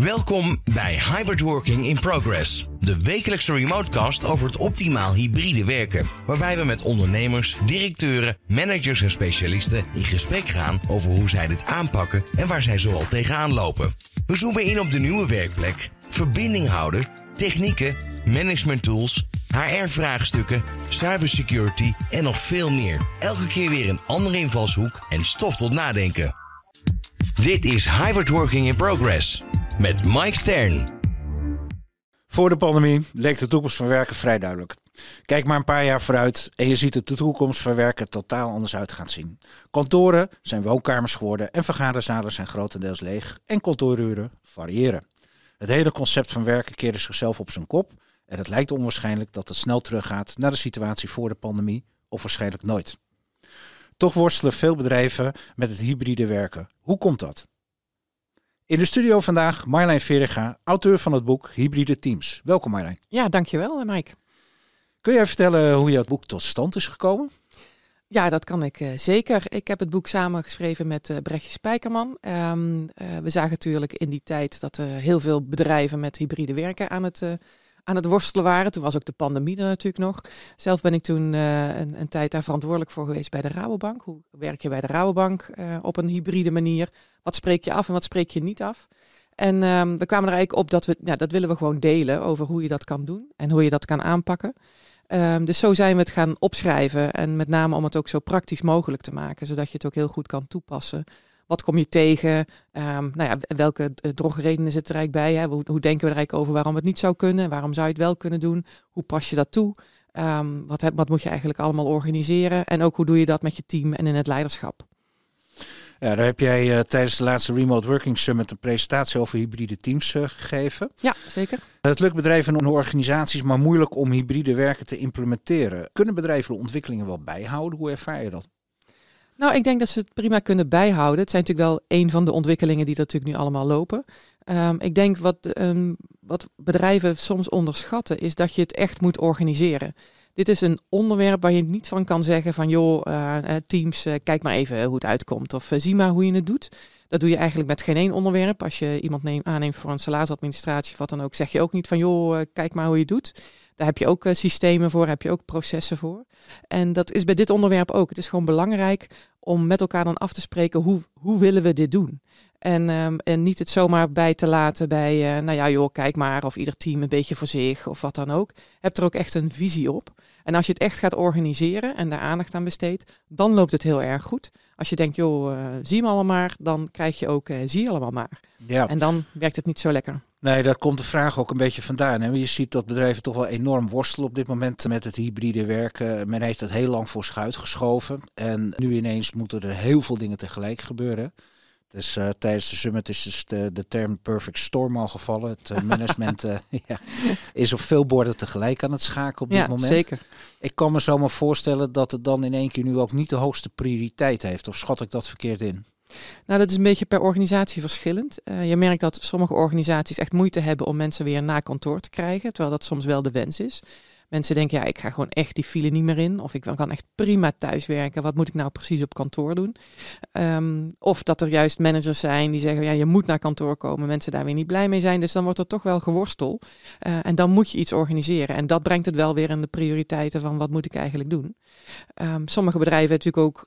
Welkom bij Hybrid Working in Progress, de wekelijkse remotecast over het optimaal hybride werken, waarbij we met ondernemers, directeuren, managers en specialisten in gesprek gaan over hoe zij dit aanpakken en waar zij zoal tegenaan lopen. We zoomen in op de nieuwe werkplek, verbinding houden, technieken, management tools, HR-vraagstukken, cybersecurity en nog veel meer. Elke keer weer een andere invalshoek en stof tot nadenken. Dit is Hybrid Working in Progress met Mike Stern. Voor de pandemie leek de toekomst van werken vrij duidelijk. Kijk maar een paar jaar vooruit en je ziet dat de toekomst van werken totaal anders uit gaat zien. Kantoren zijn woonkamers geworden en vergaderzalen zijn grotendeels leeg en kantooruren variëren. Het hele concept van werken keerde zichzelf op zijn kop en het lijkt onwaarschijnlijk dat het snel teruggaat naar de situatie voor de pandemie of waarschijnlijk nooit. Toch worstelen veel bedrijven met het hybride werken. Hoe komt dat? In de studio vandaag Marjolein Veriga, auteur van het boek Hybride Teams. Welkom Marjolein. Ja, dankjewel Mike. Kun jij vertellen hoe jouw boek tot stand is gekomen? Ja, dat kan ik zeker. Ik heb het boek samengeschreven met Brechtje Spijkerman. We zagen natuurlijk in die tijd dat heel veel bedrijven met hybride werken aan het worstelen waren. Toen was ook de pandemie er natuurlijk nog. Zelf ben ik toen een tijd daar verantwoordelijk voor geweest bij de Rabobank. Hoe werk je bij de Rabobank op een hybride manier? Wat spreek je af en wat spreek je niet af? En we kwamen er eigenlijk op dat willen we gewoon delen over hoe je dat kan doen en hoe je dat kan aanpakken. Dus zo zijn we het gaan opschrijven en met name om het ook zo praktisch mogelijk te maken, zodat je het ook heel goed kan toepassen. Wat kom je tegen? Welke drogredenen zitten er eigenlijk bij? Hè? Hoe denken we er eigenlijk over waarom het niet zou kunnen? Waarom zou je het wel kunnen doen? Hoe pas je dat toe? Wat moet je eigenlijk allemaal organiseren? En ook hoe doe je dat met je team en in het leiderschap? Ja, daar heb jij tijdens de laatste Remote Working Summit een presentatie over hybride teams gegeven. Ja, zeker. Het lukt bedrijven en organisaties maar moeilijk om hybride werken te implementeren. Kunnen bedrijven de ontwikkelingen wel bijhouden? Hoe ervaar je dat? Nou, ik denk dat ze het prima kunnen bijhouden. Het zijn natuurlijk wel een van de ontwikkelingen die er natuurlijk nu allemaal lopen. Ik denk wat bedrijven soms onderschatten is dat je het echt moet organiseren. Dit is een onderwerp waar je niet van kan zeggen van teams, kijk maar even hoe het uitkomt. Of zie maar hoe je het doet. Dat doe je eigenlijk met geen één onderwerp. Als je iemand aanneemt voor een salarisadministratie of wat dan ook, zeg je ook niet van kijk maar hoe je het doet. Daar heb je ook systemen voor, heb je ook processen voor. En dat is bij dit onderwerp ook. Het is gewoon belangrijk om met elkaar dan af te spreken hoe willen we dit doen. En niet het zomaar bij te laten bij, kijk maar, of ieder team een beetje voor zich of wat dan ook. Heb er ook echt een visie op. En als je het echt gaat organiseren en daar aandacht aan besteedt, dan loopt het heel erg goed. Als je denkt, zie me allemaal maar, dan krijg je ook zie je allemaal maar. Ja. En dan werkt het niet zo lekker. Nee, daar komt de vraag ook een beetje vandaan. Hè? Je ziet dat bedrijven toch wel enorm worstelen op dit moment met het hybride werken. Men heeft het heel lang voor zich uitgeschoven. En nu ineens moeten er heel veel dingen tegelijk gebeuren. Dus tijdens de summit is dus de term perfect storm al gevallen. Het management is op veel borden tegelijk aan het schaken op dit moment. Zeker. Ik kan me zomaar voorstellen dat het dan in één keer nu ook niet de hoogste prioriteit heeft. Of schat ik dat verkeerd in? Nou, dat is een beetje per organisatie verschillend. Je merkt dat sommige organisaties echt moeite hebben om mensen weer naar kantoor te krijgen. Terwijl dat soms wel de wens is. Mensen denken, ik ga gewoon echt die file niet meer in. Of ik kan echt prima thuiswerken. Wat moet ik nou precies op kantoor doen? Of dat er juist managers zijn die zeggen, je moet naar kantoor komen. Mensen daar weer niet blij mee zijn. Dus dan wordt er toch wel geworstel. En dan moet je iets organiseren. En dat brengt het wel weer in de prioriteiten van wat moet ik eigenlijk doen. Sommige bedrijven natuurlijk ook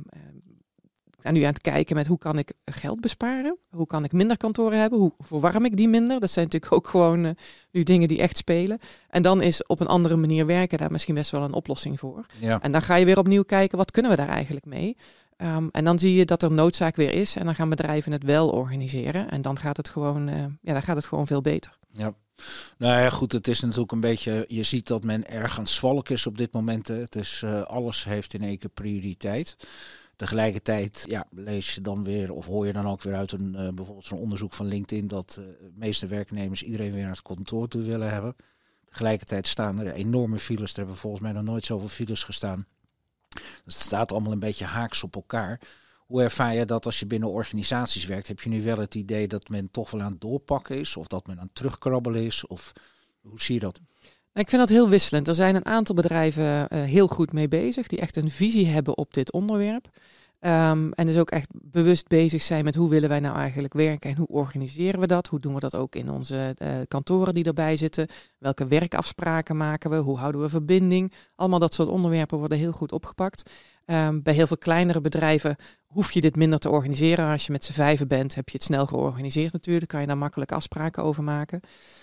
nu aan het kijken met hoe kan ik geld besparen? Hoe kan ik minder kantoren hebben? Hoe verwarm ik die minder? Dat zijn natuurlijk ook gewoon nu dingen die echt spelen. En dan is op een andere manier werken daar misschien best wel een oplossing voor. Ja. En dan ga je weer opnieuw kijken, wat kunnen we daar eigenlijk mee? En dan zie je dat er noodzaak weer is. En dan gaan bedrijven het wel organiseren. En dan gaat het gewoon veel beter. Ja. Nou ja, goed, het is natuurlijk een beetje, je ziet dat men erg aan het zwalken is op dit moment. Het is, alles heeft in één keer prioriteit. Tegelijkertijd lees je dan weer of hoor je dan ook weer uit bijvoorbeeld zo'n onderzoek van LinkedIn dat de meeste werknemers iedereen weer naar het kantoor toe willen hebben. Tegelijkertijd staan er enorme files. Er hebben volgens mij nog nooit zoveel files gestaan. Dus het staat allemaal een beetje haaks op elkaar. Hoe ervaar je dat als je binnen organisaties werkt? Heb je nu wel het idee dat men toch wel aan het doorpakken is? Of dat men aan het terugkrabbelen is? Of hoe zie je dat? Ik vind dat heel wisselend. Er zijn een aantal bedrijven heel goed mee bezig. Die echt een visie hebben op dit onderwerp. En dus ook echt bewust bezig zijn met hoe willen wij nou eigenlijk werken en hoe organiseren we dat? Hoe doen we dat ook in onze kantoren die erbij zitten? Welke werkafspraken maken we? Hoe houden we verbinding? Allemaal dat soort onderwerpen worden heel goed opgepakt. Bij heel veel kleinere bedrijven hoef je dit minder te organiseren. Als je met z'n 5 bent, heb je het snel georganiseerd natuurlijk. Kan je daar makkelijk afspraken over maken.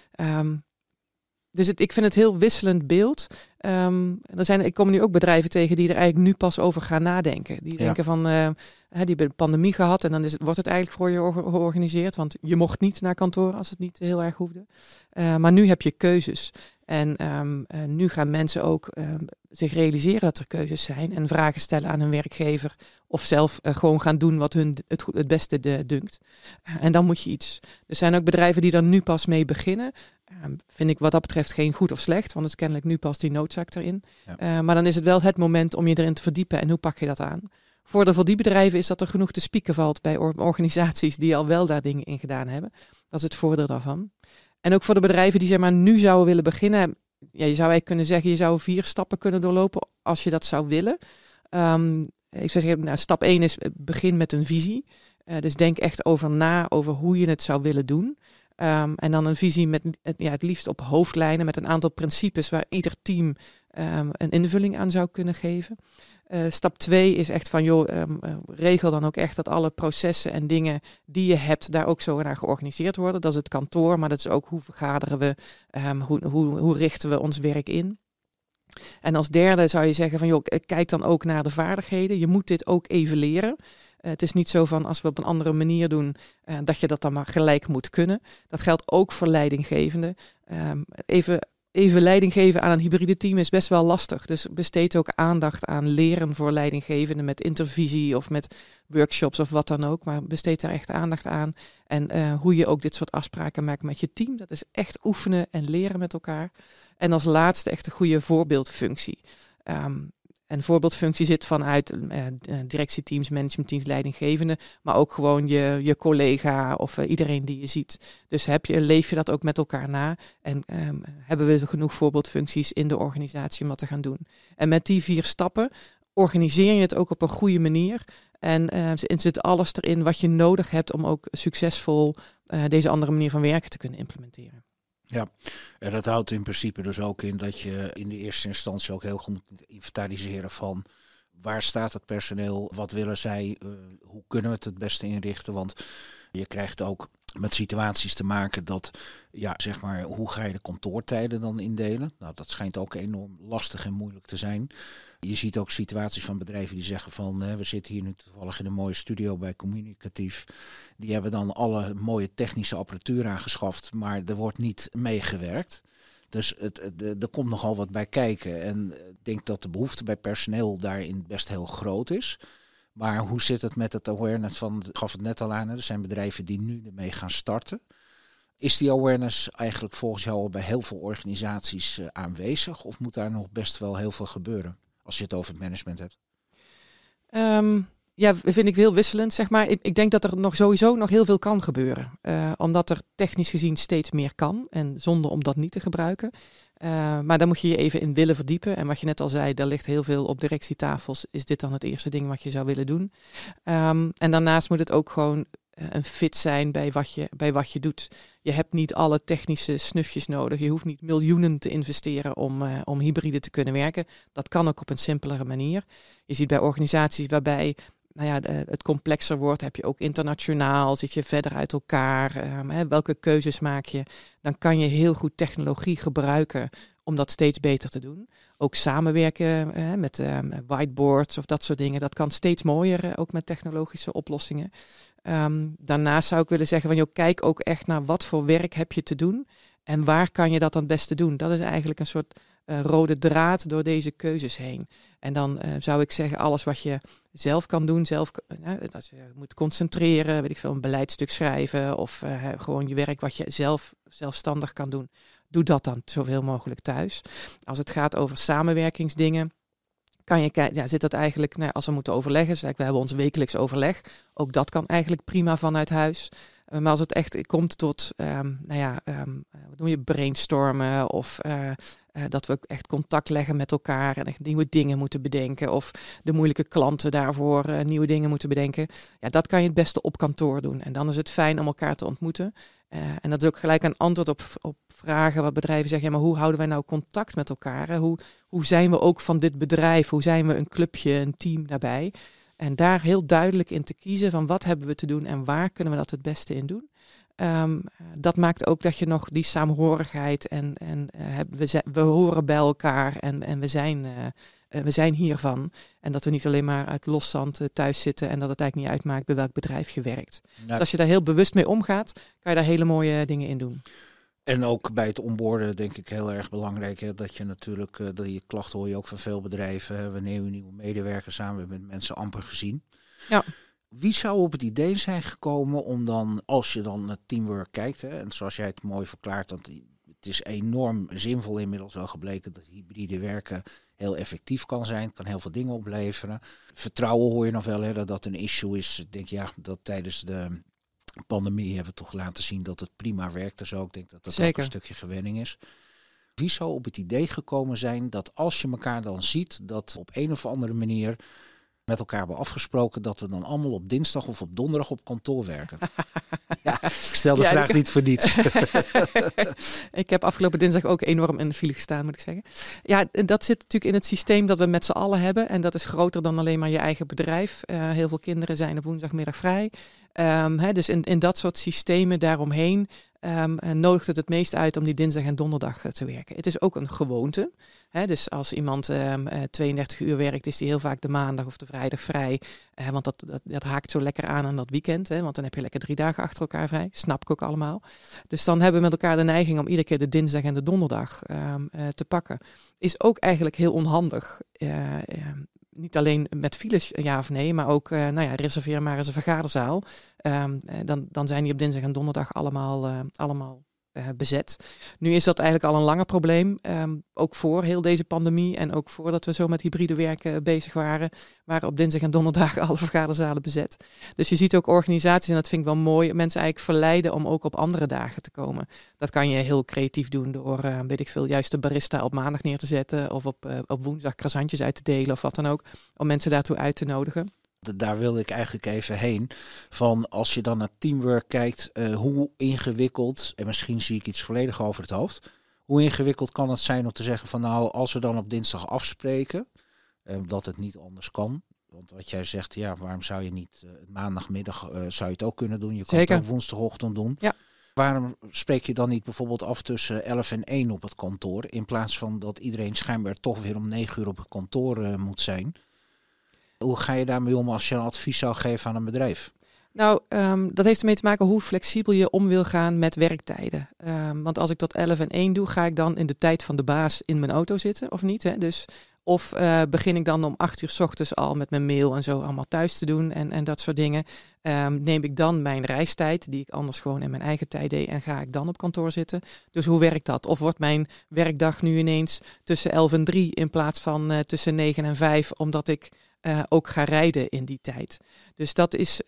Dus ik vind het heel wisselend beeld. Ik kom nu ook bedrijven tegen die er eigenlijk nu pas over gaan nadenken. Die denken van, die hebben de pandemie gehad en dan wordt het eigenlijk voor je georganiseerd. Want je mocht niet naar kantoor als het niet heel erg hoefde. Maar nu heb je keuzes. En nu gaan mensen ook zich realiseren dat er keuzes zijn en vragen stellen aan hun werkgever. Of zelf gewoon gaan doen wat hun het beste dunkt. En dan moet je iets. Er zijn ook bedrijven die er nu pas mee beginnen. Vind ik wat dat betreft geen goed of slecht, want het is kennelijk nu pas die noodzaak erin. Ja. Maar dan is het wel het moment om je erin te verdiepen en hoe pak je dat aan? Voor die bedrijven is dat er genoeg te spieken valt bij organisaties die al wel daar dingen in gedaan hebben. Dat is het voordeel daarvan. En ook voor de bedrijven die zeg maar nu zouden willen beginnen. Ja, je zou eigenlijk kunnen zeggen, je zou 4 stappen kunnen doorlopen als je dat zou willen. Ik zou zeggen, stap 1 is begin met een visie. Dus denk echt over hoe je het zou willen doen. En dan een visie met het liefst op hoofdlijnen met een aantal principes waar ieder team een invulling aan zou kunnen geven. Stap 2 is echt van, regel dan ook echt dat alle processen en dingen die je hebt daar ook zo naar georganiseerd worden. Dat is het kantoor, maar dat is ook hoe vergaderen we, hoe richten we ons werk in. En als derde zou je zeggen van, kijk dan ook naar de vaardigheden. Je moet dit ook even leren. Het is niet zo van als we op een andere manier doen, dat je dat dan maar gelijk moet kunnen. Dat geldt ook voor leidinggevenden. Even leiding geven aan een hybride team is best wel lastig. Dus besteed ook aandacht aan leren voor leidinggevenden met intervisie of met workshops of wat dan ook. Maar besteed daar echt aandacht aan. En hoe je ook dit soort afspraken maakt met je team. Dat is echt oefenen en leren met elkaar. En als laatste echt een goede voorbeeldfunctie. En voorbeeldfunctie zit vanuit directieteams, managementteams, leidinggevenden, maar ook gewoon je collega of iedereen die je ziet. Dus leef je dat ook met elkaar na en hebben we genoeg voorbeeldfuncties in de organisatie om dat te gaan doen. En met die 4 stappen organiseer je het ook op een goede manier en zit alles erin wat je nodig hebt om ook succesvol deze andere manier van werken te kunnen implementeren. Ja, en dat houdt in principe dus ook in dat je in de eerste instantie ook heel goed moet inventariseren van waar staat het personeel, wat willen zij, hoe kunnen we het beste inrichten. Want je krijgt ook met situaties te maken dat, hoe ga je de kantoortijden dan indelen? Nou, dat schijnt ook enorm lastig en moeilijk te zijn. Je ziet ook situaties van bedrijven die zeggen van, we zitten hier nu toevallig in een mooie studio bij Communicatief. Die hebben dan alle mooie technische apparatuur aangeschaft, maar er wordt niet meegewerkt. Dus er komt nogal wat bij kijken. En ik denk dat de behoefte bij personeel daarin best heel groot is. Maar hoe zit het met het awareness van, ik gaf het net al aan, er zijn bedrijven die nu ermee gaan starten. Is die awareness eigenlijk volgens jou al bij heel veel organisaties aanwezig? Of moet daar nog best wel heel veel gebeuren als je het over het management hebt? Vind ik heel wisselend, zeg maar. Ik denk dat er sowieso nog heel veel kan gebeuren. Omdat er technisch gezien steeds meer kan. En zonder om dat niet te gebruiken. Maar dan moet je je even in willen verdiepen. En wat je net al zei, daar ligt heel veel op directietafels. Is dit dan het eerste ding wat je zou willen doen? En daarnaast moet het ook gewoon een fit zijn bij wat je doet. Je hebt niet alle technische snufjes nodig. Je hoeft niet miljoenen te investeren om hybride te kunnen werken. Dat kan ook op een simpelere manier. Je ziet bij organisaties waarbij het complexer wordt, heb je ook internationaal, zit je verder uit elkaar, welke keuzes maak je, dan kan je heel goed technologie gebruiken om dat steeds beter te doen. Ook samenwerken met whiteboards of dat soort dingen, dat kan steeds mooier, ook met technologische oplossingen. Daarnaast zou ik willen zeggen, van, kijk ook echt naar wat voor werk heb je te doen en waar kan je dat dan het beste doen. Dat is eigenlijk een soort rode draad door deze keuzes heen. En dan zou ik zeggen, alles wat je zelf kan doen, als je moet concentreren, een beleidstuk schrijven of gewoon je werk wat je zelfstandig kan doen, doe dat dan zoveel mogelijk thuis. Als het gaat over samenwerkingsdingen, kan je kijken, zit dat eigenlijk, als we moeten overleggen, we hebben ons wekelijks overleg, ook dat kan eigenlijk prima vanuit huis. Maar als het echt komt tot, wat noem je, brainstormen of Dat we ook echt contact leggen met elkaar en echt nieuwe dingen moeten bedenken. Of de moeilijke klanten daarvoor nieuwe dingen moeten bedenken. Ja, dat kan je het beste op kantoor doen. En dan is het fijn om elkaar te ontmoeten. En dat is ook gelijk een antwoord op vragen wat bedrijven zeggen. Ja, maar hoe houden wij nou contact met elkaar? Hè? Hoe zijn we ook van dit bedrijf? Hoe zijn we een clubje, een team daarbij? En daar heel duidelijk in te kiezen van wat hebben we te doen en waar kunnen we dat het beste in doen. Dat maakt ook dat je nog die saamhorigheid en we horen bij elkaar en we zijn hiervan. En dat we niet alleen maar uit loszand thuis zitten en dat het eigenlijk niet uitmaakt bij welk bedrijf je werkt. Ja. Dus als je daar heel bewust mee omgaat, kan je daar hele mooie dingen in doen. En ook bij het onboarden denk ik heel erg belangrijk. Hè, dat je natuurlijk, die klachten hoor je ook van veel bedrijven. Hè, we nemen nieuwe medewerkers aan, we hebben mensen amper gezien. Ja. Wie zou op het idee zijn gekomen om dan, als je dan naar teamwork kijkt, hè, en zoals jij het mooi verklaart, dat het is enorm zinvol inmiddels wel gebleken dat hybride werken heel effectief kan zijn, kan heel veel dingen opleveren. Vertrouwen hoor je nog wel, hè, dat een issue is. Ik denk dat tijdens de pandemie hebben we toch laten zien dat het prima werkt. Dus ik denk dat dat ook een stukje gewenning is. Wie zou op het idee gekomen zijn dat als je elkaar dan ziet, dat op een of andere manier met elkaar hebben afgesproken dat we dan allemaal op dinsdag of op donderdag op kantoor werken? Ja, ik stel de vraag niet voor niets. Ik heb afgelopen dinsdag ook enorm in de file gestaan, moet ik zeggen. Ja, dat zit natuurlijk in het systeem dat we met z'n allen hebben. En dat is groter dan alleen maar je eigen bedrijf. Heel veel kinderen zijn op woensdagmiddag vrij. Dus in dat soort systemen daaromheen nodigt het meest uit om die dinsdag en donderdag te werken. Het is ook een gewoonte. Dus als iemand 32 uur werkt, is die heel vaak de maandag of de vrijdag vrij. Want dat haakt zo lekker aan dat weekend. Want dan heb je lekker 3 dagen achter elkaar vrij. Snap ik ook allemaal. Dus dan hebben we met elkaar de neiging om iedere keer de dinsdag en de donderdag te pakken. Is ook eigenlijk heel onhandig. Niet alleen met files, ja of nee, maar ook reserveer maar eens een vergaderzaal. Dan zijn die op dinsdag en donderdag allemaal bezet. Nu is dat eigenlijk al een langer probleem. Ook voor heel deze pandemie en ook voordat we zo met hybride werken bezig waren op dinsdag en donderdag alle vergaderzalen bezet. Dus je ziet ook organisaties, en dat vind ik wel mooi, mensen eigenlijk verleiden om ook op andere dagen te komen. Dat kan je heel creatief doen door, juist de barista op maandag neer te zetten of op woensdag croissantjes uit te delen of wat dan ook, om mensen daartoe uit te nodigen. Daar wilde ik eigenlijk even heen. Van als je dan naar teamwork kijkt, hoe ingewikkeld, en misschien zie ik iets volledig over het hoofd, hoe ingewikkeld kan het zijn om te zeggen van nou, als we dan op dinsdag afspreken, dat het niet anders kan. Want wat jij zegt, ja, waarom zou je niet maandagmiddag zou je het ook kunnen doen? Je kan het ook woensdagochtend doen. Ja. Waarom spreek je dan niet bijvoorbeeld af tussen 11 en 1 op het kantoor, in plaats van dat iedereen schijnbaar toch weer om 9 uur op het kantoor moet zijn? Hoe ga je daarmee om als je een advies zou geven aan een bedrijf? Nou, dat heeft ermee te maken hoe flexibel je om wil gaan met werktijden. Want als ik tot 11 en 1 doe, ga ik dan in de tijd van de baas in mijn auto zitten of niet? Hè? Dus, of begin ik dan om 8 uur 's ochtends al met mijn mail en zo allemaal thuis te doen en dat soort dingen. Neem ik dan mijn reistijd, die ik anders gewoon in mijn eigen tijd deed, en ga ik dan op kantoor zitten? Dus hoe werkt dat? Of wordt mijn werkdag nu ineens tussen 11 en 3 in plaats van tussen 9 en 5, omdat ik ook ga rijden in die tijd. Dus dat is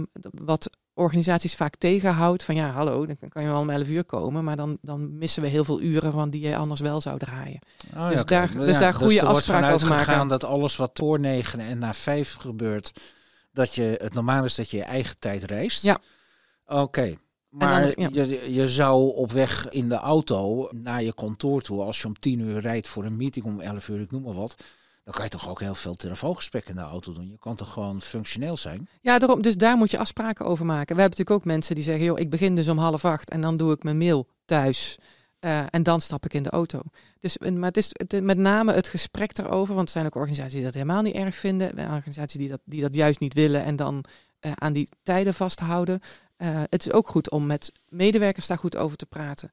wat organisaties vaak tegenhoudt. Van ja, hallo, dan kan je wel om 11 uur komen, maar dan missen we heel veel uren van die je anders wel zou draaien. Oh, dus, ja, daar goede afspraken over maken. Gegaan dat alles wat voor 9 en na 5 gebeurt, dat het normaal is dat je je eigen tijd reist. Ja. Oké. Maar je zou op weg in de auto naar je kantoor toe, als je om 10 uur rijdt voor een meeting om 11 uur, ik noem maar wat, dan kan je toch ook heel veel telefoongesprekken in de auto doen. Je kan toch gewoon functioneel zijn? Ja, daarom. Dus daar moet je afspraken over maken. We hebben natuurlijk ook mensen die zeggen, joh, ik begin dus om 7:30 en dan doe ik mijn mail thuis. En dan stap ik in de auto. Dus, maar het is met name het gesprek erover, want er zijn ook organisaties die dat helemaal niet erg vinden. Organisaties die dat juist niet willen en dan aan die tijden vasthouden. Het is ook goed om met medewerkers daar goed over te praten.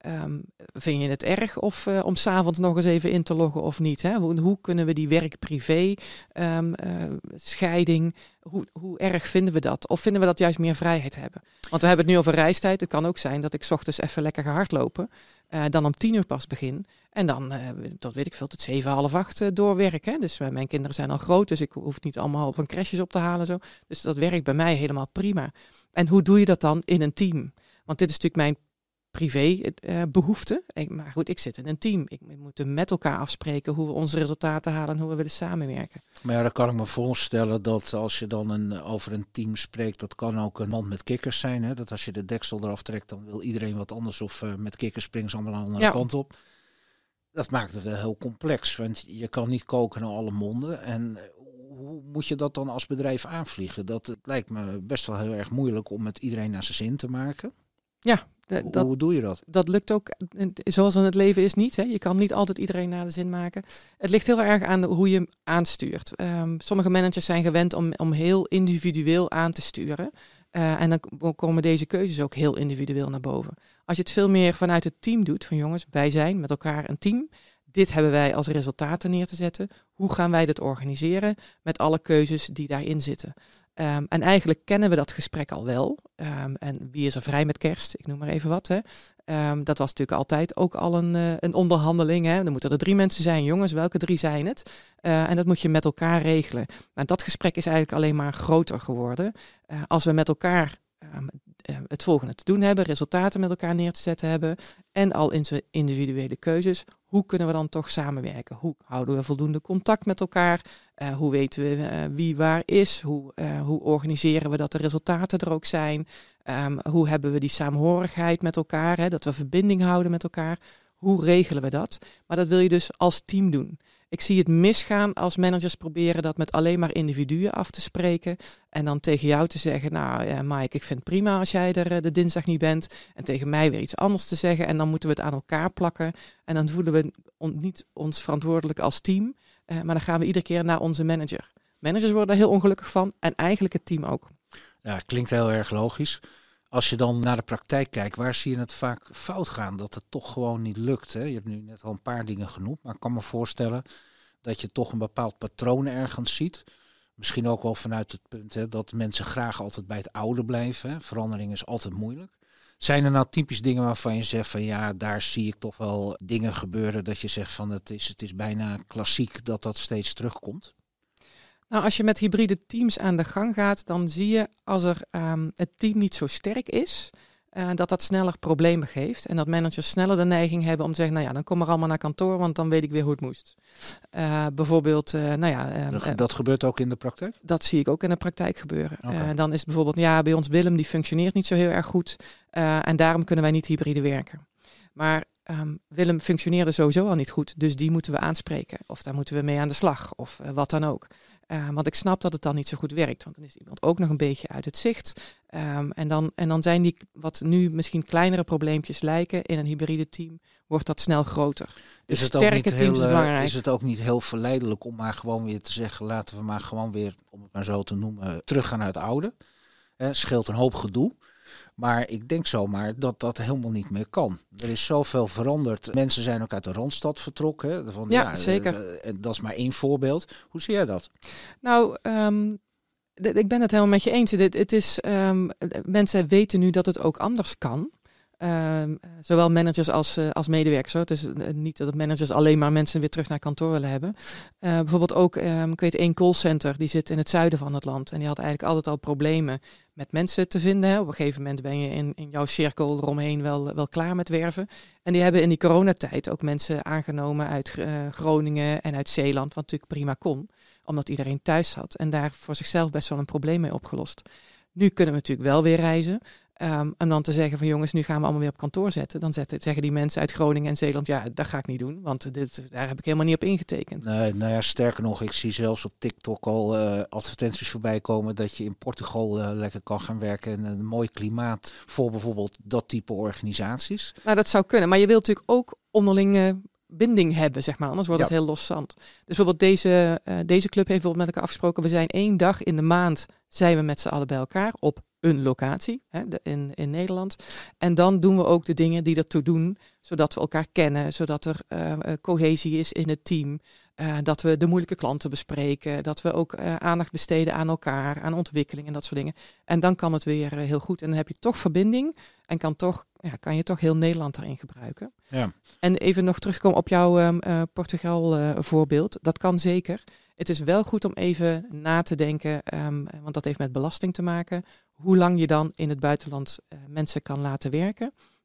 Vind je het erg om 's avonds nog eens even in te loggen of niet? Hè? Hoe kunnen we die werk-privé scheiding, hoe erg vinden we dat? Of vinden we dat juist meer vrijheid hebben? Want we hebben het nu over reistijd. Het kan ook zijn dat ik 's ochtends even lekker ga hardlopen. Dan om 10 uur pas begin. En dan tot 7, half 8 doorwerken. Hè? Dus mijn kinderen zijn al groot, dus ik hoef niet allemaal van crashes op te halen. Zo. Dus dat werkt bij mij helemaal prima. En hoe doe je dat dan in een team? Want dit is natuurlijk mijn privé behoefte. Maar goed, ik zit in een team. We moeten met elkaar afspreken hoe we onze resultaten halen en hoe we willen samenwerken. Maar ja, dan kan ik me voorstellen dat als je dan over een team spreekt, dat kan ook een mand met kikkers zijn. Hè? Dat als je de deksel eraf trekt, dan wil iedereen wat anders. Of met kikkers springen ze allemaal aan de andere kant op. Dat maakt het wel heel complex, want je kan niet koken naar alle monden. En hoe moet je dat dan als bedrijf aanvliegen? Het lijkt me best wel heel erg moeilijk om met iedereen naar zijn zin te maken. Ja, hoe doe je dat? Dat lukt ook, zoals in het leven is niet. Hè? Je kan niet altijd iedereen naar de zin maken. Het ligt heel erg aan hoe je hem aanstuurt. Sommige managers zijn gewend om heel individueel aan te sturen. En dan komen deze keuzes ook heel individueel naar boven. Als je het veel meer vanuit het team doet, van jongens, wij zijn met elkaar een team. Dit hebben wij als resultaten neer te zetten. Hoe gaan wij dat organiseren met alle keuzes die daarin zitten? En eigenlijk kennen we dat gesprek al wel. En wie is er vrij met kerst? Ik noem maar even wat. Hè. Dat was natuurlijk altijd ook al een onderhandeling. Hè. Dan moeten er 3 mensen zijn. Jongens, welke 3 zijn het? En dat moet je met elkaar regelen. Nou, dat gesprek is eigenlijk alleen maar groter geworden. Als we met elkaar het volgende te doen hebben, resultaten met elkaar neer te zetten hebben en al in zijn individuele keuzes, hoe kunnen we dan toch samenwerken? Hoe houden we voldoende contact met elkaar? Hoe weten we wie waar is? Hoe organiseren we dat de resultaten er ook zijn? Hoe hebben we die saamhorigheid met elkaar? Hè? Dat we verbinding houden met elkaar. Hoe regelen we dat? Maar dat wil je dus als team doen. Ik zie het misgaan als managers proberen dat met alleen maar individuen af te spreken. En dan tegen jou te zeggen, nou Mike, ik vind het prima als jij er de dinsdag niet bent. En tegen mij weer iets anders te zeggen. En dan moeten we het aan elkaar plakken. En dan voelen we niet ons verantwoordelijk als team. Maar dan gaan we iedere keer naar onze manager. Managers worden daar heel ongelukkig van. En eigenlijk het team ook. Ja, klinkt heel erg logisch. Als je dan naar de praktijk kijkt, waar zie je het vaak fout gaan? Dat het toch gewoon niet lukt. Hè? Je hebt nu net al een paar dingen genoemd. Maar ik kan me voorstellen dat je toch een bepaald patroon ergens ziet. Misschien ook wel vanuit het punt dat mensen graag altijd bij het oude blijven. Hè? Verandering is altijd moeilijk. Zijn er nou typisch dingen waarvan je zegt van ja, daar zie ik toch wel dingen gebeuren dat je zegt van het is bijna klassiek dat steeds terugkomt? Nou, als je met hybride teams aan de gang gaat, dan zie je als het team niet zo sterk is, dat sneller problemen geeft. En dat managers sneller de neiging hebben om te zeggen, nou ja, dan kom maar allemaal naar kantoor, want dan weet ik weer hoe het moest. Bijvoorbeeld, dat gebeurt ook in de praktijk? Dat zie ik ook in de praktijk gebeuren. Okay. Dan is het bijvoorbeeld, ja, bij ons Willem, die functioneert niet zo heel erg goed. En daarom kunnen wij niet hybride werken. Maar Willem functioneerde sowieso al niet goed, dus die moeten we aanspreken. Of daar moeten we mee aan de slag, of wat dan ook. Want ik snap dat het dan niet zo goed werkt, want dan is iemand ook nog een beetje uit het zicht. En dan zijn die, wat nu misschien kleinere probleempjes lijken, in een hybride team, wordt dat snel groter. Dus sterke teams is belangrijk. Is het ook niet heel verleidelijk om maar gewoon weer te zeggen, laten we maar gewoon weer, om het maar zo te noemen, teruggaan naar het oude? Scheelt een hoop gedoe. Maar ik denk zomaar dat dat helemaal niet meer kan. Er is zoveel veranderd. Mensen zijn ook uit de Randstad vertrokken. Hè? Ja, zeker. Dat is maar één voorbeeld. Hoe zie jij dat? Nou, ik ben het helemaal met je eens. Mensen weten nu dat het ook anders kan. Zowel managers als medewerkers. Hoor. Het is niet dat managers alleen maar mensen weer terug naar kantoor willen hebben. Bijvoorbeeld ook, ik weet één callcenter, die zit in het zuiden van het land. En die had eigenlijk altijd al problemen met mensen te vinden. Hè. Op een gegeven moment ben je in jouw cirkel eromheen wel klaar met werven. En die hebben in die coronatijd ook mensen aangenomen uit Groningen en uit Zeeland. Wat natuurlijk prima kon, omdat iedereen thuis zat. En daar voor zichzelf best wel een probleem mee opgelost. Nu kunnen we natuurlijk wel weer reizen. En dan te zeggen van jongens, nu gaan we allemaal weer op kantoor zetten. Dan zeggen die mensen uit Groningen en Zeeland, ja, dat ga ik niet doen. Want daar heb ik helemaal niet op ingetekend. Nee, nou ja, sterker nog, ik zie zelfs op TikTok al advertenties voorbij komen dat je in Portugal lekker kan gaan werken. En een mooi klimaat voor bijvoorbeeld dat type organisaties. Nou, dat zou kunnen. Maar je wilt natuurlijk ook onderlinge binding hebben, zeg maar. Anders wordt het heel loszand. Dus bijvoorbeeld deze club heeft bijvoorbeeld met elkaar afgesproken. We zijn 1 dag in de maand zijn we met z'n allen bij elkaar op een locatie in Nederland. En dan doen we ook de dingen die ertoe doen, zodat we elkaar kennen, zodat er cohesie is in het team, dat we de moeilijke klanten bespreken, dat we ook aandacht besteden aan elkaar, aan ontwikkeling en dat soort dingen. En dan kan het weer heel goed. En dan heb je toch verbinding en kan je toch heel Nederland daarin gebruiken. Ja. En even nog terugkomen op jouw Portugal voorbeeld. Dat kan zeker. Het is wel goed om even na te denken, want dat heeft met belasting te maken, hoe lang je dan in het buitenland mensen kan laten werken.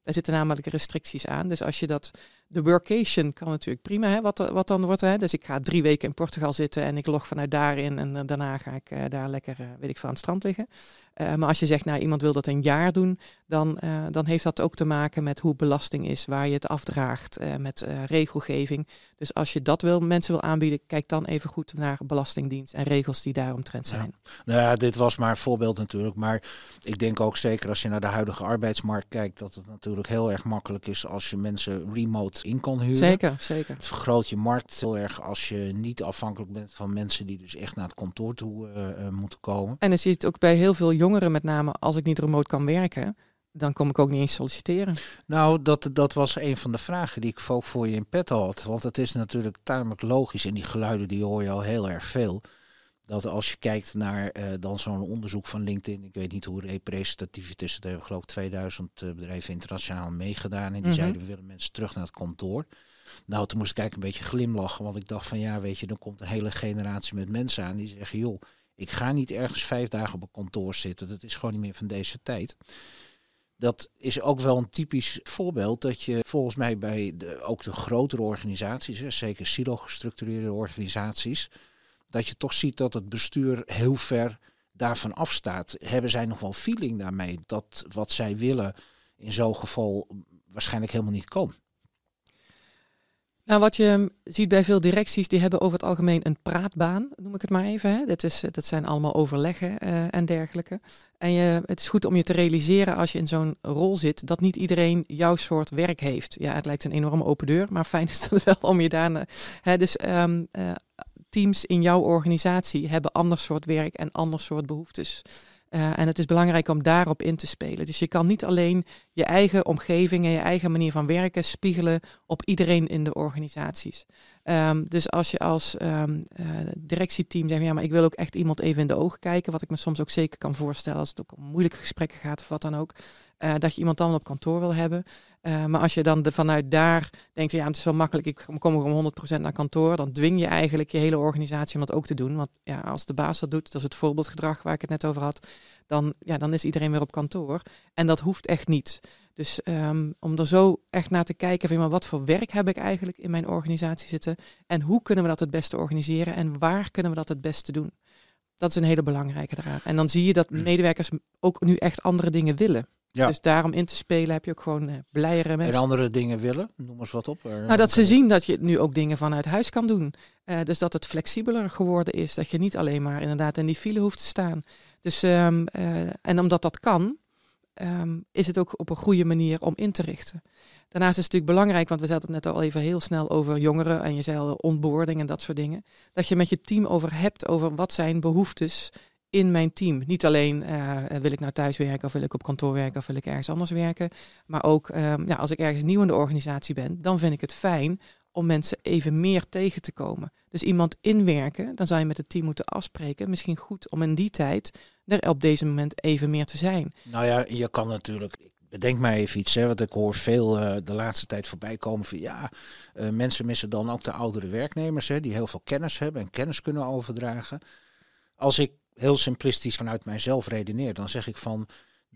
Daar zitten namelijk restricties aan. Dus als je de workation kan natuurlijk prima, hè, wat dan wordt. Hè. Dus ik ga 3 weken in Portugal zitten en ik log vanuit daarin en daarna ga ik daar lekker, weet ik veel, aan het strand liggen. Maar als je zegt, nou, iemand wil dat een jaar doen, dan heeft dat ook te maken met hoe belasting is, waar je het afdraagt, met regelgeving. Dus als je dat mensen wil aanbieden, kijk dan even goed naar Belastingdienst en regels die daaromtrent zijn. Ja. Nou ja, dit was maar een voorbeeld natuurlijk. Maar ik denk ook zeker als je naar de huidige arbeidsmarkt kijkt, dat het natuurlijk heel erg makkelijk is als je mensen remote in kan huren. Zeker. Het vergroot je markt heel erg als je niet afhankelijk bent van mensen die dus echt naar het kantoor toe moeten komen. En dan zie je het ook bij heel veel jongeren met name, als ik niet remote kan werken, dan kom ik ook niet eens solliciteren. Nou, dat was een van de vragen die ik ook voor je in petto had. Want het is natuurlijk tamelijk logisch en die geluiden die hoor je al heel erg veel. Dat als je kijkt naar dan zo'n onderzoek van LinkedIn, ik weet niet hoe representatief het is. Er hebben geloof ik 2000 bedrijven internationaal meegedaan. En die zeiden, we willen mensen terug naar het kantoor. Nou, toen moest ik eigenlijk een beetje glimlachen. Want ik dacht van ja, weet je, dan komt een hele generatie met mensen aan die zeggen, joh, ik ga niet ergens 5 dagen op een kantoor zitten. Dat is gewoon niet meer van deze tijd. Dat is ook wel een typisch voorbeeld dat je volgens mij bij ook de grotere organisaties, zeker silo-gestructureerde organisaties, dat je toch ziet dat het bestuur heel ver daarvan afstaat. Hebben zij nog wel feeling daarmee dat wat zij willen in zo'n geval waarschijnlijk helemaal niet kan? Nou, wat je ziet bij veel directies, die hebben over het algemeen een praatbaan, noem ik het maar even. Hè. Dat zijn allemaal overleggen en dergelijke. En het is goed om je te realiseren als je in zo'n rol zit, dat niet iedereen jouw soort werk heeft. Ja, het lijkt een enorme open deur, maar fijn is dat wel om je daar... Dus teams in jouw organisatie hebben ander soort werk en ander soort behoeftes. En het is belangrijk om daarop in te spelen. Dus je kan niet alleen je eigen omgeving en je eigen manier van werken spiegelen op iedereen in de organisaties. Dus als je als directieteam zegt, ja, maar ik wil ook echt iemand even in de ogen kijken, wat ik me soms ook zeker kan voorstellen als het ook om moeilijke gesprekken gaat of wat dan ook, dat je iemand dan op kantoor wil hebben. Maar als je dan vanuit daar denkt, ja, het is wel makkelijk, ik kom gewoon 100% naar kantoor, dan dwing je eigenlijk je hele organisatie om dat ook te doen. Want ja, als de baas dat doet, dat is het voorbeeldgedrag waar ik het net over had, dan is iedereen weer op kantoor. En dat hoeft echt niet. Dus om er zo echt naar te kijken van, maar wat voor werk heb ik eigenlijk in mijn organisatie zitten en hoe kunnen we dat het beste organiseren en waar kunnen we dat het beste doen? Dat is een hele belangrijke eraan. En dan zie je dat medewerkers ook nu echt andere dingen willen. Ja. Dus daarom in te spelen heb je ook gewoon blijere mensen. En andere dingen willen? Noem eens wat op. Nou, dat ze zien dat je nu ook dingen vanuit huis kan doen. Dus dat het flexibeler geworden is. Dat je niet alleen maar inderdaad in die file hoeft te staan. Dus, en omdat dat kan, is het ook op een goede manier om in te richten. Daarnaast is het natuurlijk belangrijk, want we zeiden het net al even heel snel over jongeren en je zei al onboarding en dat soort dingen. Dat je met je team hebt over wat zijn behoeftes in mijn team. Niet alleen wil ik nou thuis werken of wil ik op kantoor werken of wil ik ergens anders werken. Maar ook als ik ergens nieuw in de organisatie ben, dan vind ik het fijn om mensen even meer tegen te komen. Dus iemand inwerken, dan zou je met het team moeten afspreken. Misschien goed om in die tijd er op deze moment even meer te zijn. Nou ja, je kan natuurlijk... Bedenk maar even iets, want ik hoor veel de laatste tijd voorbij komen van mensen missen dan ook de oudere werknemers, die heel veel kennis hebben en kennis kunnen overdragen. Als ik heel simplistisch vanuit mijzelf redeneer, dan zeg ik van,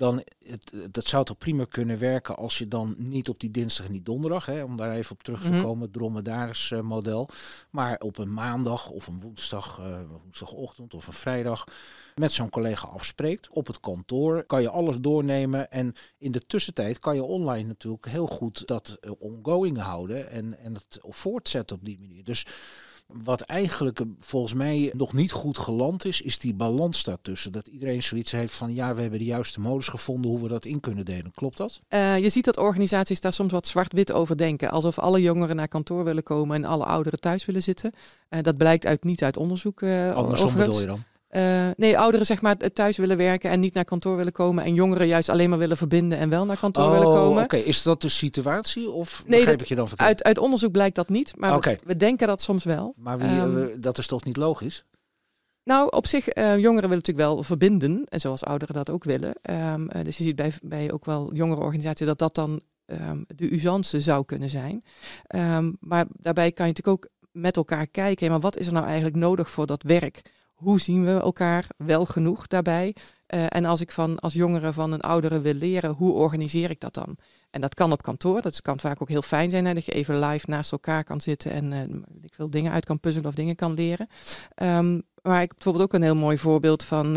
dat zou toch prima kunnen werken als je dan niet op die dinsdag en die donderdag, om daar even op terug te komen, het dromedaris model, maar op een maandag of een woensdagochtend of een vrijdag met zo'n collega afspreekt op het kantoor, kan je alles doornemen en in de tussentijd kan je online natuurlijk heel goed dat ongoing houden en het voortzetten op die manier. Dus wat eigenlijk volgens mij nog niet goed geland is die balans daartussen. Dat iedereen zoiets heeft van, we hebben de juiste modus gevonden hoe we dat in kunnen delen. Klopt dat? Je ziet dat organisaties daar soms wat zwart-wit over denken. Alsof alle jongeren naar kantoor willen komen en alle ouderen thuis willen zitten. Dat blijkt niet uit onderzoek. Andersom bedoel je dan? Nee, ouderen zeg maar thuis willen werken en niet naar kantoor willen komen. En jongeren juist alleen maar willen verbinden en wel naar kantoor willen komen. Oké. Is dat de situatie of begrijp ik je dan verkeerd? Uit onderzoek blijkt dat niet, maar we denken dat soms wel. Maar dat is toch niet logisch? Nou, op zich, jongeren willen natuurlijk wel verbinden. En zoals ouderen dat ook willen. Dus je ziet bij ook wel jongere organisaties dat dan de usance zou kunnen zijn. Maar daarbij kan je natuurlijk ook met elkaar kijken. Maar wat is er nou eigenlijk nodig voor dat werk? Hoe zien we elkaar wel genoeg daarbij? En als ik als jongere van een oudere wil leren, hoe organiseer ik dat dan? En dat kan op kantoor. Dat kan vaak ook heel fijn zijn, hè, dat je even live naast elkaar kan zitten en ik veel dingen uit kan puzzelen of dingen kan leren. Maar ik heb bijvoorbeeld ook een heel mooi voorbeeld van,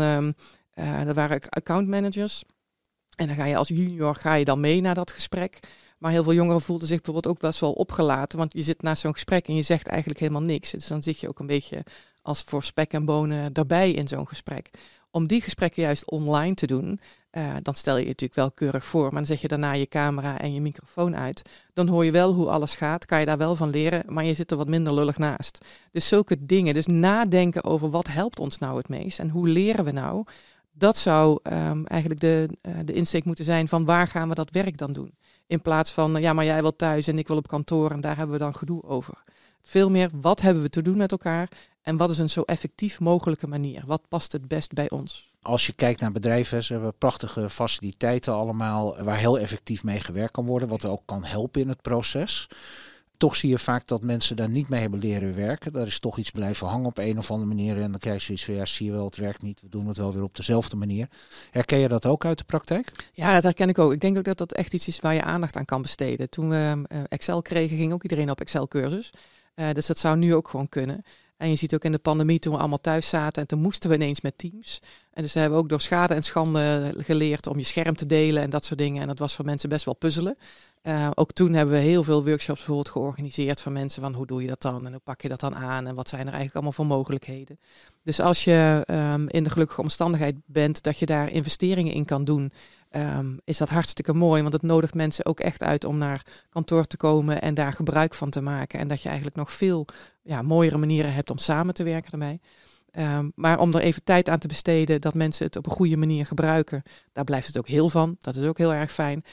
er waren accountmanagers. En dan ga je als junior dan mee naar dat gesprek. Maar heel veel jongeren voelden zich bijvoorbeeld ook best wel opgelaten. Want je zit naast zo'n gesprek en je zegt eigenlijk helemaal niks. Dus dan zit je ook een beetje als voor spek en bonen daarbij in zo'n gesprek. Om die gesprekken juist online te doen, dan stel je natuurlijk wel keurig voor. Maar dan zet je daarna je camera en je microfoon uit. Dan hoor je wel hoe alles gaat, kan je daar wel van leren. Maar je zit er wat minder lullig naast. Dus zulke dingen, dus nadenken over wat helpt ons nou het meest. En hoe leren we nou? Dat zou eigenlijk de insteek moeten zijn van waar gaan we dat werk dan doen? In plaats van, ja, maar jij wil thuis en ik wil op kantoor en daar hebben we dan gedoe over. Veel meer, wat hebben we te doen met elkaar en wat is een zo effectief mogelijke manier? Wat past het best bij ons? Als je kijkt naar bedrijven, ze hebben prachtige faciliteiten allemaal waar heel effectief mee gewerkt kan worden, wat er ook kan helpen in het proces. Toch zie je vaak dat mensen daar niet mee hebben leren werken. Daar is toch iets blijven hangen op een of andere manier. En dan krijg je zoiets van, ja, zie je wel, het werkt niet. We doen het wel weer op dezelfde manier. Herken je dat ook uit de praktijk? Ja, dat herken ik ook. Ik denk ook dat dat echt iets is waar je aandacht aan kan besteden. Toen we Excel kregen, ging ook iedereen op Excel-cursus. Dus dat zou nu ook gewoon kunnen. En je ziet ook in de pandemie, toen we allemaal thuis zaten en toen moesten we ineens met Teams. En dus hebben we ook door schade en schande geleerd om je scherm te delen en dat soort dingen. En dat was voor mensen best wel puzzelen. Ook toen hebben we heel veel workshops bijvoorbeeld georganiseerd van mensen van hoe doe je dat dan en hoe pak je dat dan aan en wat zijn er eigenlijk allemaal voor mogelijkheden. Dus als je in de gelukkige omstandigheid bent dat je daar investeringen in kan doen, is dat hartstikke mooi. Want het nodigt mensen ook echt uit om naar kantoor te komen en daar gebruik van te maken. En dat je eigenlijk nog veel mooiere manieren hebt om samen te werken daarmee. Maar om er even tijd aan te besteden dat mensen het op een goede manier gebruiken, daar blijft het ook heel van. Dat is ook heel erg fijn.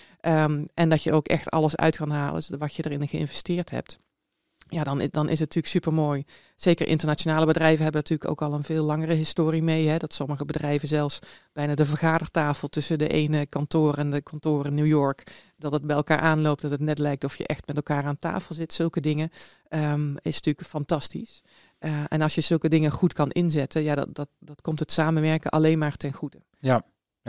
En dat je ook echt alles uit kan halen, dus wat je erin geïnvesteerd hebt. Ja, dan is het natuurlijk super mooi. Zeker internationale bedrijven hebben natuurlijk ook al een veel langere historie mee. Hè? Dat sommige bedrijven zelfs bijna de vergadertafel tussen de ene kantoor en de kantoor in New York, dat het bij elkaar aanloopt, dat het net lijkt of je echt met elkaar aan tafel zit. Zulke dingen is natuurlijk fantastisch. En als je zulke dingen goed kan inzetten, ja, dat komt het samenwerken alleen maar ten goede. Ja.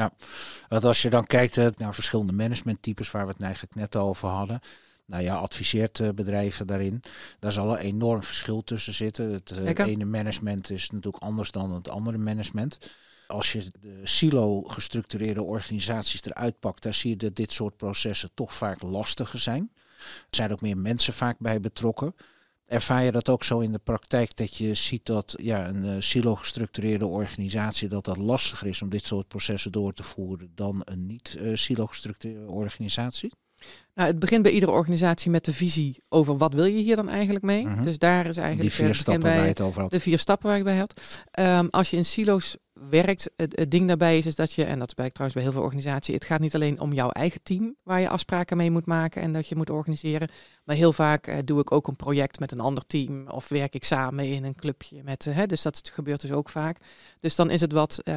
Want als je dan kijkt naar verschillende managementtypes waar we het eigenlijk net over hadden. Nou ja, adviseert bedrijven daarin. Daar zal een enorm verschil tussen zitten. Het ene management is natuurlijk anders dan het andere management. Als je de silo-gestructureerde organisaties eruit pakt, daar zie je dat dit soort processen toch vaak lastiger zijn. Er zijn ook meer mensen vaak bij betrokken. Ervaar je dat ook zo in de praktijk, dat je ziet dat een silo-gestructureerde organisatie, dat lastiger is om dit soort processen door te voeren dan een niet-silo-gestructureerde organisatie? Nou, het begint bij iedere organisatie met de visie over wat wil je hier dan eigenlijk mee. Mm-hmm. Dus daar is eigenlijk die 4 stappen waar je het over had. De 4 stappen waar ik bij had. Als je in silo's werkt, het ding daarbij is dat je, en dat is trouwens bij heel veel organisaties, het gaat niet alleen om jouw eigen team waar je afspraken mee moet maken en dat je moet organiseren. Maar heel vaak doe ik ook een project met een ander team of werk ik samen in een clubje met, dus dat gebeurt dus ook vaak. Dus dan is het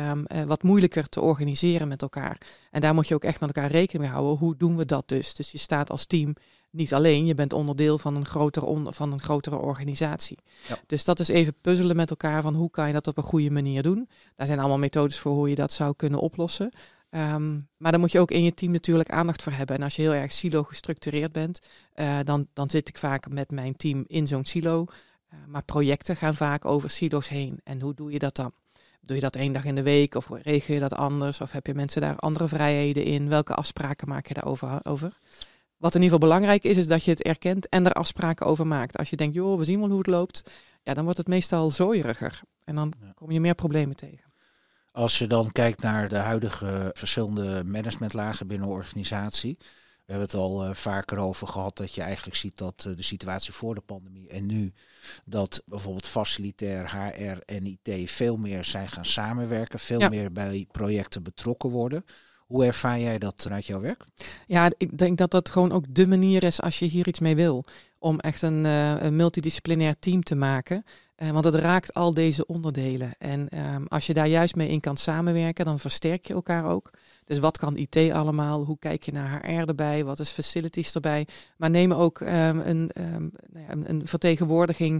wat moeilijker te organiseren met elkaar. En daar moet je ook echt met elkaar rekening mee houden. Hoe doen we dat dus? Dus je staat als team niet alleen, je bent onderdeel van een grotere organisatie. Ja. Dus dat is even puzzelen met elkaar van hoe kan je dat op een goede manier doen. Daar zijn allemaal methodes voor hoe je dat zou kunnen oplossen. Maar dan moet je ook in je team natuurlijk aandacht voor hebben. En als je heel erg silo gestructureerd bent, dan zit ik vaak met mijn team in zo'n silo. Maar projecten gaan vaak over silo's heen. En hoe doe je dat dan? Doe je dat 1 dag in de week of regel je dat anders? Of heb je mensen daar andere vrijheden in? Welke afspraken maak je daarover? Wat in ieder geval belangrijk is dat je het erkent en er afspraken over maakt. Als je denkt, joh, we zien wel hoe het loopt, ja, dan wordt het meestal zooieriger. En dan kom je meer problemen tegen. Als je dan kijkt naar de huidige verschillende managementlagen binnen een organisatie. We hebben het al vaker over gehad dat je eigenlijk ziet dat de situatie voor de pandemie en nu dat bijvoorbeeld facilitair, HR en IT veel meer zijn gaan samenwerken. Veel meer bij projecten betrokken worden. Hoe ervaar jij dat vanuit jouw werk? Ja, ik denk dat dat gewoon ook de manier is als je hier iets mee wil. Om echt een multidisciplinair team te maken. Want het raakt al deze onderdelen. En als je daar juist mee in kan samenwerken, dan versterk je elkaar ook. Dus wat kan IT allemaal? Hoe kijk je naar HR erbij? Wat is facilities erbij? Maar neem ook een vertegenwoordiging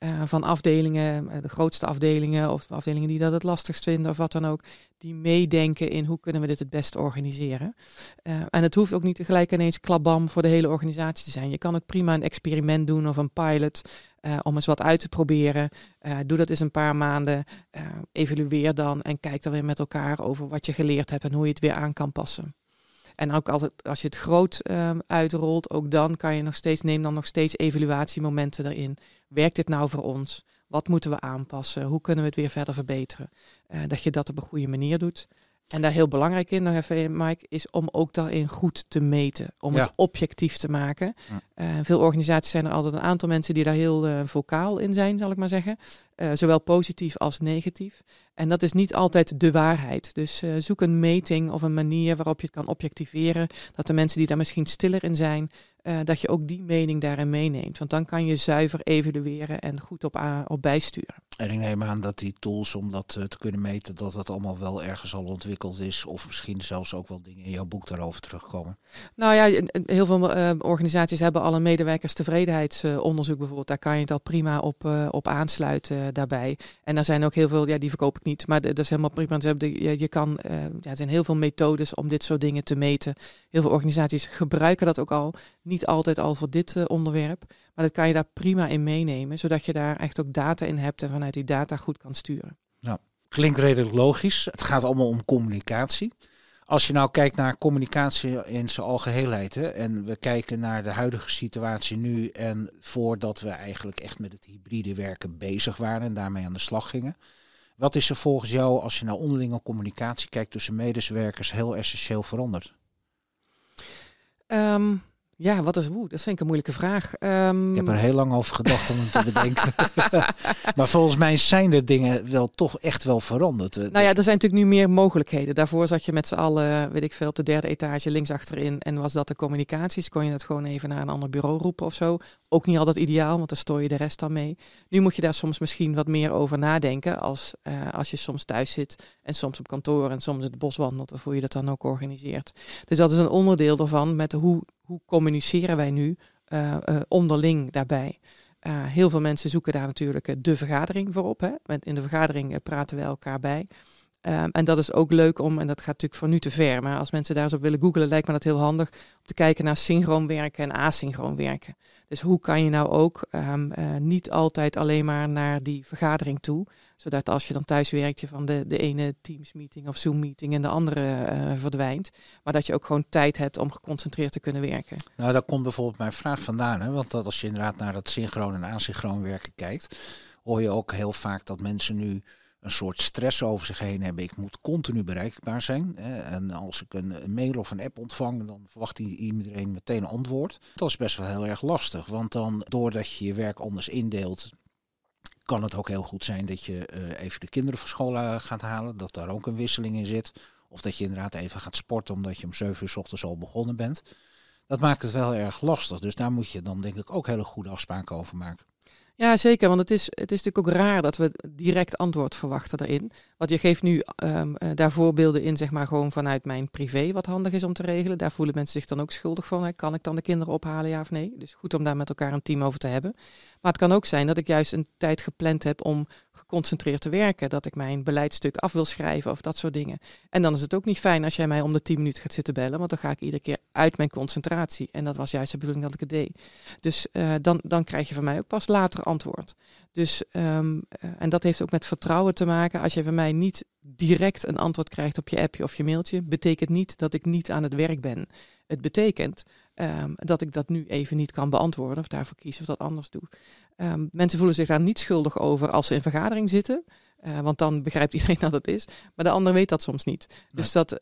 van afdelingen, de grootste afdelingen of de afdelingen die dat het lastigst vinden of wat dan ook, die meedenken in hoe kunnen we dit het beste organiseren. En het hoeft ook niet tegelijk ineens klabam voor de hele organisatie te zijn. Je kan ook prima een experiment doen of een pilot om eens wat uit te proberen. Doe dat eens een paar maanden, evalueer dan en kijk dan weer met elkaar over wat je geleerd hebt en hoe je het weer aan kan passen. En ook altijd, als je het groot uitrolt, ook dan kan je neem dan nog steeds evaluatiemomenten erin. Werkt dit nou voor ons? Wat moeten we aanpassen? Hoe kunnen we het weer verder verbeteren? Dat je dat op een goede manier doet. En daar heel belangrijk in, nog even Mike, is om ook daarin goed te meten. Om het objectief te maken. Ja. Veel organisaties zijn er altijd een aantal mensen die daar heel vocaal in zijn, zal ik maar zeggen. Zowel positief als negatief. En dat is niet altijd de waarheid. Dus zoek een meting of een manier waarop je het kan objectiveren. Dat de mensen die daar misschien stiller in zijn, dat je ook die mening daarin meeneemt. Want dan kan je zuiver evalueren en goed op bijsturen. En ik neem aan dat die tools om dat te kunnen meten, dat dat allemaal wel ergens al ontwikkeld is. Of misschien zelfs ook wel dingen in jouw boek daarover terugkomen. Nou ja, heel veel organisaties hebben al een medewerkerstevredenheidsonderzoek bijvoorbeeld. Daar kan je het al prima op aansluiten daarbij. En er zijn ook heel veel, die verkoop ik niet, maar dat is helemaal prima. Er zijn heel veel methodes om dit soort dingen te meten. Heel veel organisaties gebruiken dat ook al. Niet altijd al voor dit onderwerp. Maar dat kan je daar prima in meenemen, zodat je daar echt ook data in hebt en vanuit die data goed kan sturen. Ja, klinkt redelijk logisch. Het gaat allemaal om communicatie. Als je nou kijkt naar communicatie in zijn algeheelheid, en we kijken naar de huidige situatie nu en voordat we eigenlijk echt met het hybride werken bezig waren en daarmee aan de slag gingen. Wat is er volgens jou, als je naar onderlinge communicatie kijkt tussen medewerkers, heel essentieel veranderd? Dat vind ik een moeilijke vraag. Ik heb er heel lang over gedacht om hem te bedenken. Maar volgens mij zijn er dingen wel toch echt wel veranderd. Nou ja, er zijn natuurlijk nu meer mogelijkheden. Daarvoor zat je met z'n allen, weet ik veel, op de 3e etage links achterin. En was dat de communicaties, kon je het gewoon even naar een ander bureau roepen of zo. Ook niet altijd ideaal, want daar stoor je de rest dan mee. Nu moet je daar soms misschien wat meer over nadenken als je soms thuis zit en soms op kantoor en soms het bos wandelt of hoe je dat dan ook organiseert. Dus dat is een onderdeel ervan met hoe communiceren wij nu onderling daarbij. Heel veel mensen zoeken daar natuurlijk de vergadering voor op. In de vergadering praten we elkaar bij. En dat is ook leuk en dat gaat natuurlijk voor nu te ver. Maar als mensen daar eens op willen googlen, lijkt me dat heel handig om te kijken naar synchroon werken en asynchroon werken. Dus hoe kan je nou ook niet altijd alleen maar naar die vergadering toe, zodat als je dan thuis werkt, je van de ene Teams meeting of Zoom meeting en de andere verdwijnt. Maar dat je ook gewoon tijd hebt om geconcentreerd te kunnen werken. Nou, daar komt bijvoorbeeld mijn vraag vandaan. Want dat als je inderdaad naar dat synchroon en asynchroon werken kijkt, hoor je ook heel vaak dat mensen nu een soort stress over zich heen hebben. Ik moet continu bereikbaar zijn. En als ik een mail of een app ontvang, dan verwacht iedereen meteen een antwoord. Dat is best wel heel erg lastig. Want dan, doordat je je werk anders indeelt, kan het ook heel goed zijn dat je even de kinderen van school gaat halen. Dat daar ook een wisseling in zit. Of dat je inderdaad even gaat sporten omdat je om 7 uur 's ochtends al begonnen bent. Dat maakt het wel erg lastig. Dus daar moet je dan denk ik ook hele goede afspraken over maken. Ja, zeker. Want het is natuurlijk ook raar dat we direct antwoord verwachten daarin. Want je geeft nu daar voorbeelden in, zeg maar gewoon vanuit mijn privé, wat handig is om te regelen. Daar voelen mensen zich dan ook schuldig van. Kan ik dan de kinderen ophalen, ja of nee? Dus goed om daar met elkaar een team over te hebben. Maar het kan ook zijn dat ik juist een tijd gepland heb om geconcentreerd te werken. Dat ik mijn beleidstuk af wil schrijven of dat soort dingen. En dan is het ook niet fijn als jij mij om de 10 minuten gaat zitten bellen. Want dan ga ik iedere keer uit mijn concentratie. En dat was juist de bedoeling dat ik het deed. Dus dan krijg je van mij ook pas later antwoord. Dus, en dat heeft ook met vertrouwen te maken. Als je van mij niet direct een antwoord krijgt op je appje of je mailtje, betekent niet dat ik niet aan het werk ben. Het betekent dat ik dat nu even niet kan beantwoorden of daarvoor kies of dat anders doe. Mensen voelen zich daar niet schuldig over als ze in vergadering zitten. Want dan begrijpt iedereen dat het is. Maar de ander weet dat soms niet. Nee. Dus dat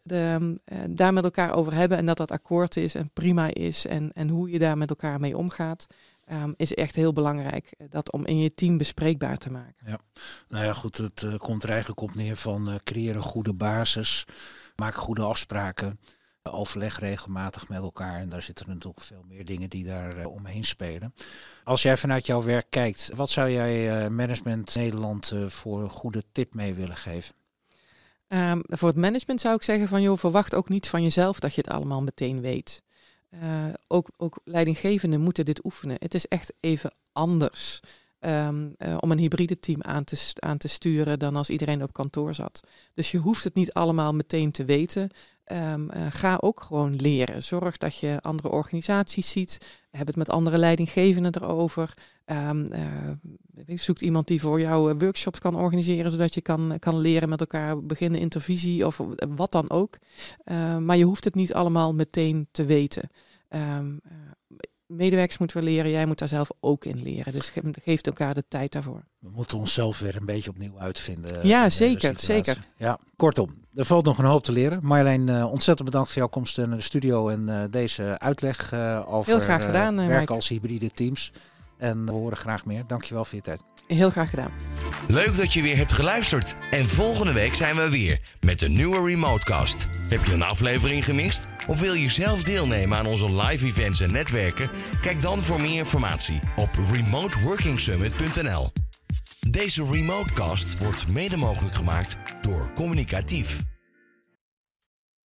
daar met elkaar over hebben en dat akkoord is en prima is. En hoe je daar met elkaar mee omgaat, is echt heel belangrijk. Dat om in je team bespreekbaar te maken. Ja. Nou ja, goed, het komt er eigenlijk op neer van creëer een goede basis. Maak goede afspraken. Overleg regelmatig met elkaar. En daar zitten natuurlijk veel meer dingen die daar omheen spelen. Als jij vanuit jouw werk kijkt, wat zou jij Management Nederland voor een goede tip mee willen geven? Voor het management zou ik zeggen van verwacht ook niet van jezelf dat je het allemaal meteen weet. Ook leidinggevenden moeten dit oefenen. Het is echt even anders. om een hybride team aan te sturen dan als iedereen op kantoor zat. Dus je hoeft het niet allemaal meteen te weten. Ga ook gewoon leren. Zorg dat je andere organisaties ziet. Heb het met andere leidinggevenden erover. Zoek iemand die voor jou workshops kan organiseren, zodat je kan leren met elkaar, beginnen intervisie of wat dan ook. Maar je hoeft het niet allemaal meteen te weten. Medewerkers moeten we leren, jij moet daar zelf ook in leren. Dus geef elkaar de tijd daarvoor. We moeten onszelf weer een beetje opnieuw uitvinden. Ja, zeker. Ja, kortom, er valt nog een hoop te leren. Marjolein, ontzettend bedankt voor jouw komst naar de studio en deze uitleg over heel graag gedaan, werken Mike. als hybride teams. En we horen graag meer. Dankjewel voor je tijd. Heel graag gedaan. Leuk dat je weer hebt geluisterd. En volgende week zijn we weer met een nieuwe Remotecast. Heb je een aflevering gemist? Of wil je zelf deelnemen aan onze live events en netwerken? Kijk dan voor meer informatie op remoteworkingsummit.nl. Deze Remotecast wordt mede mogelijk gemaakt door Communicatief.